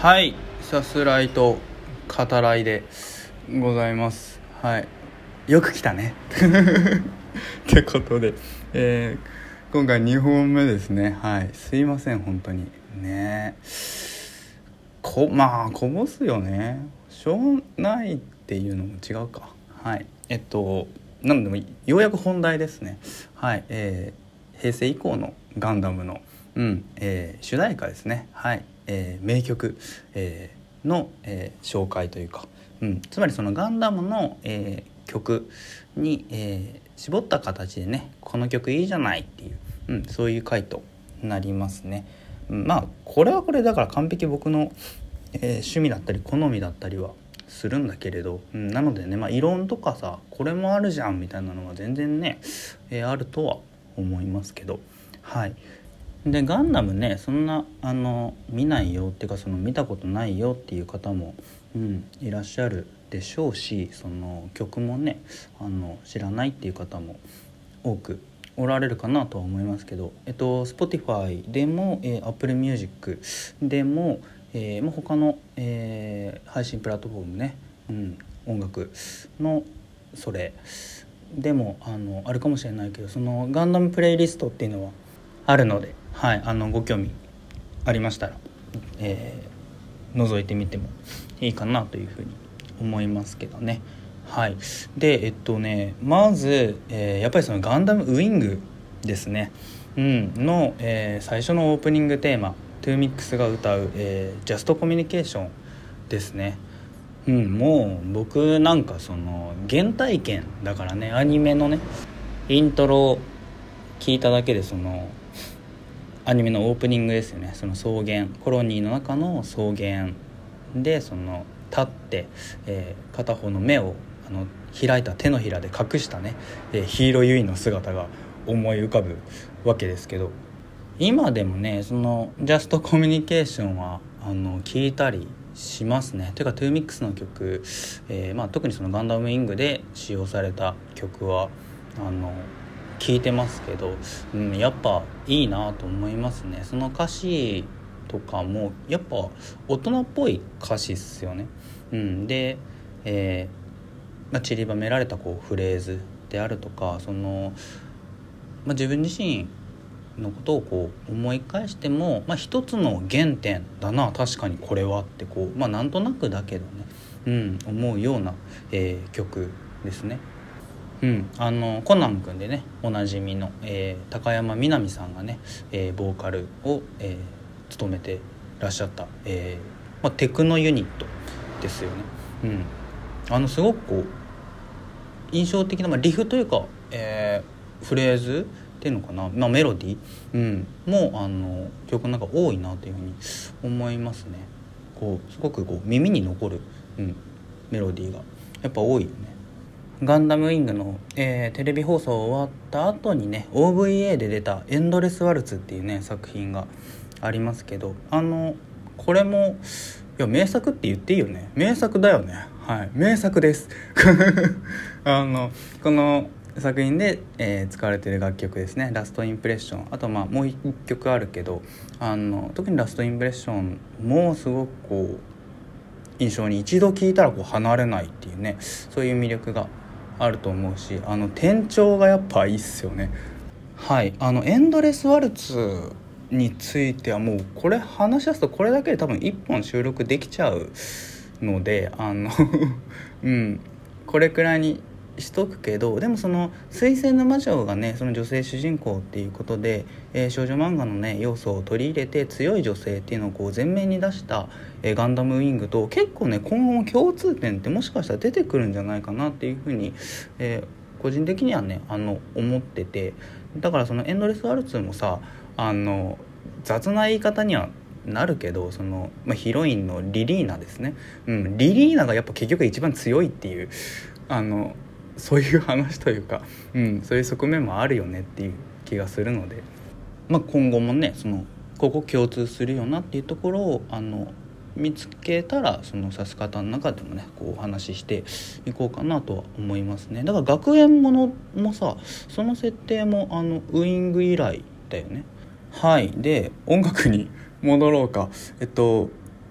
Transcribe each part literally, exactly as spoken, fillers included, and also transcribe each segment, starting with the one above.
はい、さすらいと語らいでございます。はい、よく来たねってことで、えー、今回にほんめですね。はい、すいません本当にね。こまあこぼすよね。しょうないっていうのも違うか。はい、えっとなのでようやく本題ですね。はい、えー、平成以降のガンダムの、うんえー、主題歌ですね。はい、えー、名曲、えー、の、えー、紹介というか、うん、つまりそのガンダムの、えー、曲に、えー、絞った形でね、この曲いいじゃないっていう、うん、そういう回となりますね。うん、まあこれはこれだから完璧僕の、えー、趣味だったり好みだったりはするんだけれど、うん、なのでね、まあ、異論とかさこれもあるじゃんみたいなのは全然ね、えー、あるとは思いますけど、はい。でガンダムね、そんなあの見ないよっていうか、その見たことないよっていう方も、うん、いらっしゃるでしょうし、その曲もねあの知らないっていう方も多くおられるかなとは思いますけど、えっと Spotify でも、えー、Apple Music でも、えー、もう他の、えー、配信プラットフォームね、うん、音楽のそれでもあのあるかもしれないけど、そのガンダムプレイリストっていうのはあるので、はい、あのご興味ありましたら、えー、覗いてみてもいいかなというふうに思いますけどね。はい、でえっとねまず、えー、やっぱりそのガンダムウィングですね、うん、の、えー、最初のオープニングテーマトゥーミックスが歌う、えー、ジャストコミュニケーションですね。うん、もう僕なんかその原体験だからね、アニメのねイントロを聞いただけで、そのアニメのオープニングですよね。その草原コロニーの中の草原でその立って、えー、片方の目をあの開いた手のひらで隠したね、えー、ヒーローユイの姿が思い浮かぶわけですけど、今でもねそのジャストコミュニケーションはあの聞いたりしますね。というかトゥーミックスの曲、えーまあ、特にそのガンダムウィングで使用された曲はあの聞いてますけど、うん、やっぱいいなと思いますね。その歌詞とかもやっぱ大人っぽい歌詞っすよね。うん、で、えーまあ、散りばめられたこうフレーズであるとか、その、まあ、自分自身のことをこう思い返しても、まあ、一つの原点だな確かにこれはってこう、まあ、なんとなくだけどね、うん、思うような、えー、曲ですね。うん、あのコナン君でねおなじみの、えー、高山みなみさんがね、えー、ボーカルを、えー、務めてらっしゃった、えーまあ、テクノユニットですよね。うん、あのすごくこう印象的な、まあ、リフというか、えー、フレーズっていうのかな、まあ、メロディー、うん、もあの曲の中多いなというふうに思いますね。こうすごくこう耳に残る、うん、メロディーがやっぱ多いよね。ガンダムウィングの、えー、テレビ放送終わった後にね オーブイエー で出たエンドレスワルツっていうね作品がありますけど、あのこれもいや名作って言っていいよね。名作だよね。はい、名作ですあのこの作品で、えー、使われている楽曲ですね。ラストインプレッション、あとまあもう一曲あるけど、あの特にラストインプレッションもすごくこう印象に一度聴いたらこう離れないっていうね、そういう魅力があると思うし、あの転調がやっぱいいっすよね。はい、あのエンドレスワルツについてはもうこれ話し出すとこれだけで多分いっぽん収録できちゃうので、あのうんこれくらいにしとくけど、でもその水星の魔女がねその女性主人公っていうことで、えー、少女漫画のね要素を取り入れて強い女性っていうのをこう前面に出した、えー、ガンダムウィングと結構ね今後も共通点ってもしかしたら出てくるんじゃないかなっていうふうに、えー、個人的にはねあの思ってて、だからそのエンドレスワルツもさ、あの雑な言い方にはなるけど、その、まあ、ヒロインのリリーナですね、うん、リリーナがやっぱ結局一番強いっていう、あのそういう話というか、うん、そういう側面もあるよねっていう気がするので、まあ、今後もねそのここ共通するよなっていうところをあの見つけたら、その指し方の中でもねこうお話ししていこうかなとは思いますね。だから学園ものもさその設定もあのウイング以来だよね。はい、で音楽に戻ろうか。えっと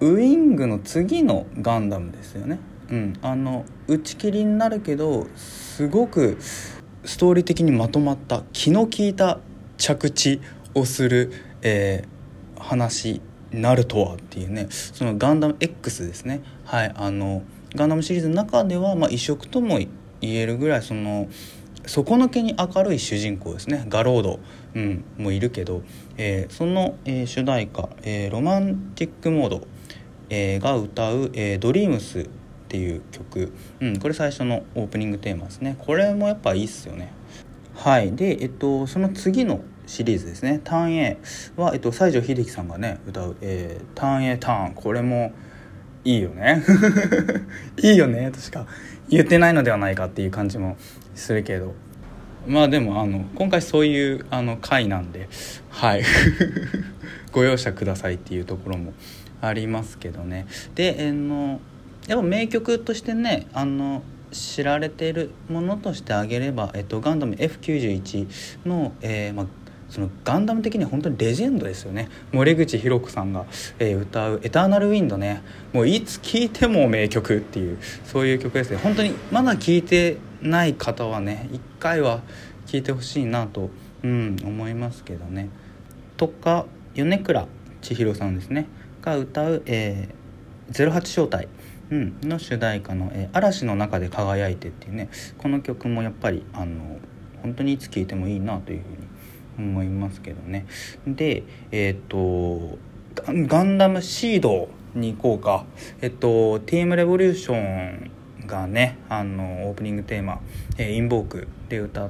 ウィングの次のガンダムですよね。うん、あの打ち切りになるけどすごくストーリー的にまとまった気の利いた着地をする、えー、話になるとはっていうね、そのガンダム X ですね。はい、あのガンダムシリーズの中では、まあ、異色とも言えるぐらいその底抜けに明るい主人公ですね。ガロード、うん、もいるけど、えー、その、えー、主題歌、えー、ロマンティックモード、えー、が歌う、えー、ドリームスっていう曲、うん、これ最初のオープニングテーマですね。これもやっぱいいっすよね。はいで、えっと、その次のシリーズですね、ターン A は、えっと、西城秀樹さんがね歌う、えー、ターン A ターン、これもいいよねいいよねとしか言ってないのではないかっていう感じもするけど、まあでもあの今回そういうあの回なんで、はいご容赦くださいっていうところもありますけどね。で、えー、のやっぱ名曲としてね、あの知られているものとして挙げれば、えっと、ガンダム エフきゅうじゅういち の、えーまあ、そのガンダム的には本当にレジェンドですよね。森口博子さんが、えー、歌うエターナルウィンドね、もういつ聴いても名曲っていう、そういう曲ですね。本当にまだ聴いてない方はね一回は聴いてほしいなと、うん、思いますけどね。とか米倉千尋さんですねが歌う、えー、ゼロはち招待、うん、の主題歌の、えー、嵐の中で輝いてっていうね、この曲もやっぱりあの本当にいつ聴いてもいいなというふうに思いますけどね。で、えっ、ー、とガンダムシードに行こうか。えっとティームレボリューションがね、あのオープニングテーマ、えー、インボークで歌って、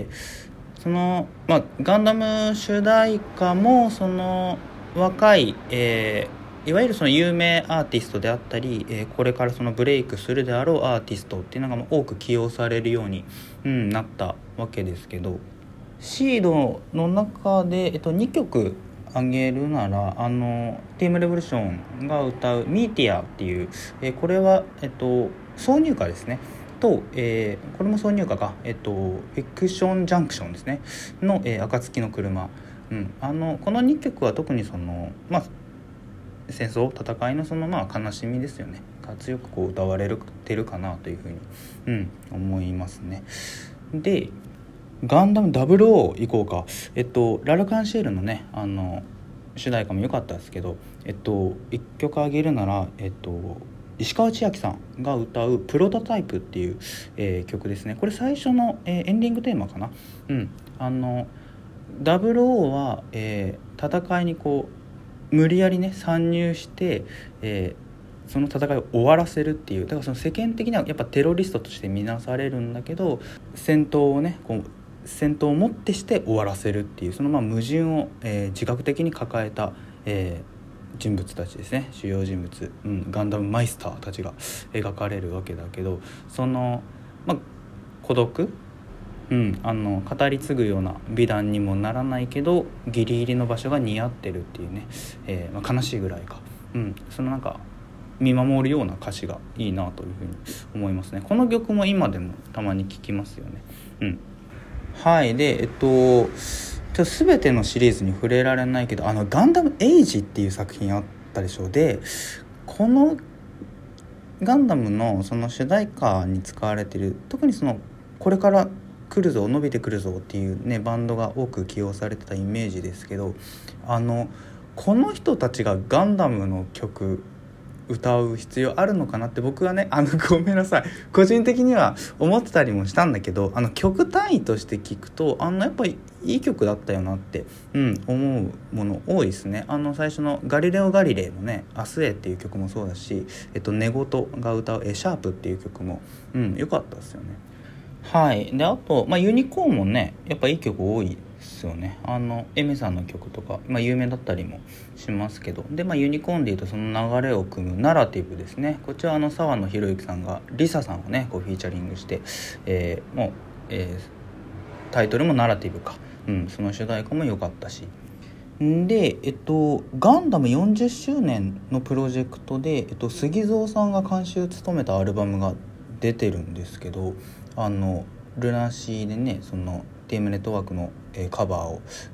その、まあ、ガンダム主題歌もその若い、えーいわゆるその有名アーティストであったり、えー、これからそのブレイクするであろうアーティストっていうのが多く起用されるように、うん、なったわけですけど、シードの中で、えっと、にきょく挙げるなら、あのティームレボリューションが歌うミーティアっていう、えー、これは、えっと、挿入歌ですねと、えー、これも挿入歌か、えっと、フィクションジャンクションですねの、えー、暁の車、うん、あのこのにきょくは特にその、まあ、戦争戦いのそのまあ悲しみですよねが強くこう歌われてるかなというふうに、うん、思いますね。でガンダムダブルオー行こうか。えっとラルカンシェルのねあの主題歌も良かったですけど、えっといっきょく挙げるなら、えっと石川千秋さんが歌うプロトタイプっていう、えー、曲ですね。これ最初の、えー、エンディングテーマかな。うんあのダブルオーは、えー、戦いにこう無理やりね参入して、えー、その戦いを終わらせるっていう、だからその世間的にはやっぱテロリストとして見なされるんだけど、戦闘をねこう戦闘をもってして終わらせるっていう、そのまあ矛盾を、えー、自覚的に抱えた、えー、人物たちですね。主要人物、うん、ガンダムマイスターたちが描かれるわけだけど、その、まあ、孤独、うん、あの語り継ぐような美談にもならないけどギリギリの場所が似合ってるっていうね、えーまあ、悲しいぐらいか、うん、そのなんか見守るような歌詞がいいなというふうに思いますね。この曲も今でもたまに聴きますよね。うん、はいでえっとちょっと全てのシリーズに触れられないけど、あのガンダムエイジっていう作品あったでしょ。でこのガンダムのその主題歌に使われている、特にそのこれから来るぞ伸びてくるぞっていうねバンドが多く起用されてたイメージですけど、あのこの人たちがガンダムの曲歌う必要あるのかなって僕はねあのごめんなさい個人的には思ってたりもしたんだけど、あの曲単位として聞くとあのやっぱりいい曲だったよなって、うん、思うもの多いですね。あの最初のガリレオ・ガリレイのねアスエっていう曲もそうだし、えっと、寝言が歌うえシャープっていう曲も、うん、良かったですよね。はいであと、まあ、ユニコーンもねやっぱいい曲多いですよね。あのエメさんの曲とか、まあ、有名だったりもしますけど、で、まあ、ユニコーンでいうとその流れを組むナラティブですね。こちらあの沢野博之さんがリサさんをねこうフィーチャリングして、えー、もう、えー、タイトルもナラティブか、うん、その主題歌も良かったし、で、えっと、ガンダムよんじゅっしゅうねんのプロジェクトで、えっと、杉蔵さんが監修を務めたアルバムが出てるんですけど、あのルナシーでねそのティームネットワークの、えー、カバーを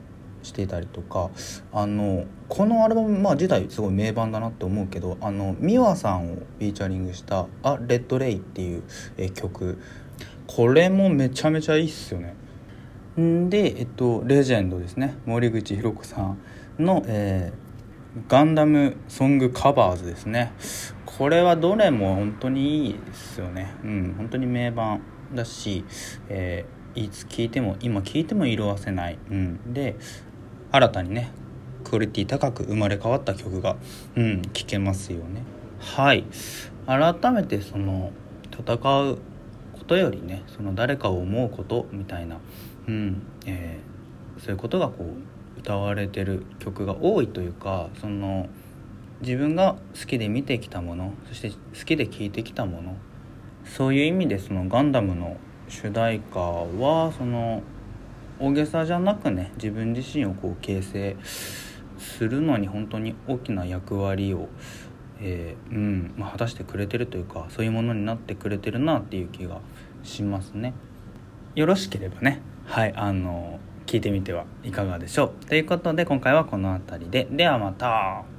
していたりとか、あのこのアルバム、まあ、自体すごい名盤だなって思うけど、あのミワさんをフィーチャリングした「A Red Ray」っていう、えー、曲、これもめちゃめちゃいいっすよね。んで、えっと、レジェンドですね、森口博子さんの、えー、ガンダムソングカバーズですね。これはどれも本当にいいですよね。うん、本当に名盤だし、えー、いつ聴いても今聴いても色褪せない、うん、で新たにねクオリティ高く生まれ変わった曲が、うん、聴けますよね。はい、改めてその戦うことよりね、その誰かを思うことみたいな、うんえー、そういうことがこう歌われてる曲が多いというか、その自分が好きで見てきたもの、そして好きで聴いてきたもの、そういう意味でそのガンダムの主題歌はその大げさじゃなくね、自分自身をこう形成するのに本当に大きな役割を、えーうんまあ、果たしてくれてるというか、そういうものになってくれてるなっていう気がしますね。よろしければね、はいあの聞いてみてはいかがでしょう。ということで今回はこの辺りで、ではまた。